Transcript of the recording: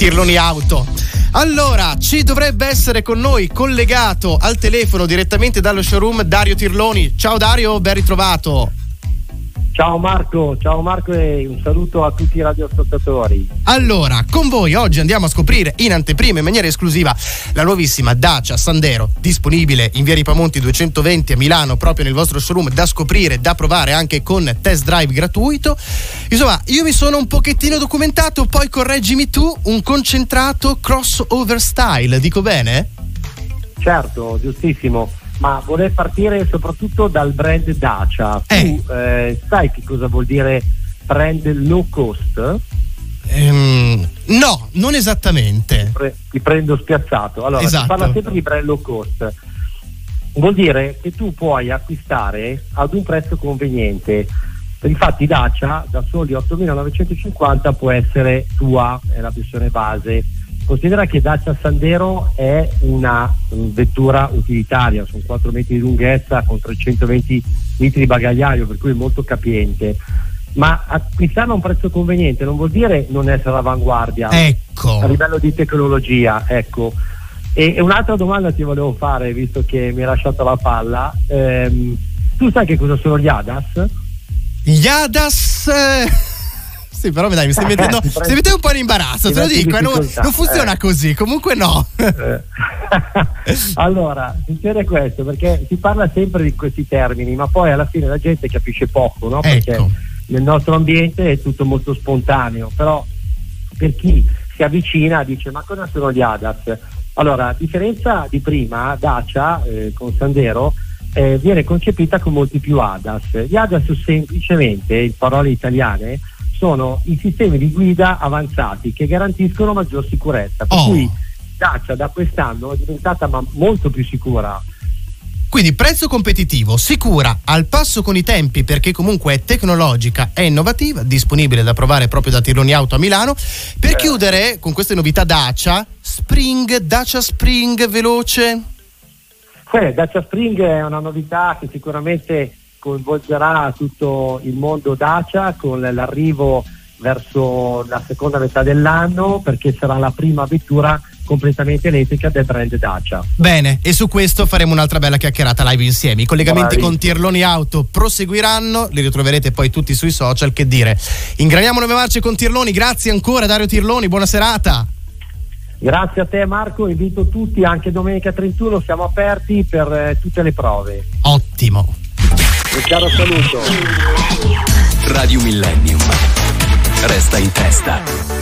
Tirloni Auto. Allora, ci dovrebbe essere con noi collegato al telefono direttamente dallo showroom Dario Tirloni. Ciao Dario, ben ritrovato. Ciao Marco e un saluto a tutti i radioascoltatori. Allora, con voi oggi andiamo a scoprire in anteprima in maniera esclusiva la nuovissima Dacia Sandero, disponibile in via Ripamonti 220 a Milano, proprio nel vostro showroom, da scoprire, da provare anche con test drive gratuito. Insomma, io mi sono un pochettino documentato, poi correggimi tu, un concentrato crossover style, dico bene? Certo, giustissimo. Ma vorrei partire soprattutto dal brand Dacia. Tu sai che cosa vuol dire brand low cost? No, non esattamente. Ti prendo spiazzato. Allora, esatto. Si parla sempre di brand low cost. Vuol dire che tu puoi acquistare ad un prezzo conveniente. Infatti Dacia da soli 8.950 può essere tua, è la versione base. Considera che Dacia Sandero è una vettura utilitaria, sono 4 metri di lunghezza con 320 litri di bagagliaio, per cui è molto capiente. Ma acquistarla a un prezzo conveniente non vuol dire non essere all'avanguardia, ecco, a livello di tecnologia, ecco. E un'altra domanda ti volevo fare, visto che mi hai lasciato la palla. Tu sai che cosa sono gli ADAS? Gli ADAS... Sì, però dai, mi stai mettendo un po' in imbarazzo, te lo dico, non funziona così, comunque no. Allora, succede questo, perché si parla sempre di questi termini, ma poi alla fine la gente capisce poco, no? Perché ecco, nel nostro ambiente è tutto molto spontaneo, però per chi si avvicina dice: ma cosa sono gli ADAS? Allora, a differenza di prima, Dacia con Sandero viene concepita con molti più ADAS. Gli ADAS semplicemente, in parole italiane, sono i sistemi di guida avanzati che garantiscono maggior sicurezza, per cui Dacia da quest'anno è diventata molto più sicura. Quindi prezzo competitivo, sicura, al passo con i tempi, perché comunque è tecnologica, è innovativa, disponibile da provare proprio da Tirloni Auto a Milano. Per chiudere con queste novità Dacia Spring veloce. Dacia Spring è una novità che sicuramente coinvolgerà tutto il mondo Dacia con l'arrivo verso la seconda metà dell'anno, perché sarà la prima vettura completamente elettrica del brand Dacia. Bene, e su questo faremo un'altra bella chiacchierata live insieme. I collegamenti con Tirloni Auto proseguiranno, li ritroverete poi tutti sui social. Che dire, ingraniamo nuove marce con Tirloni. Grazie ancora Dario Tirloni, buona serata. Grazie a te Marco, invito tutti, anche domenica 31 siamo aperti per tutte le prove. Ottimo. Un caro saluto. Radio Millennium resta in testa.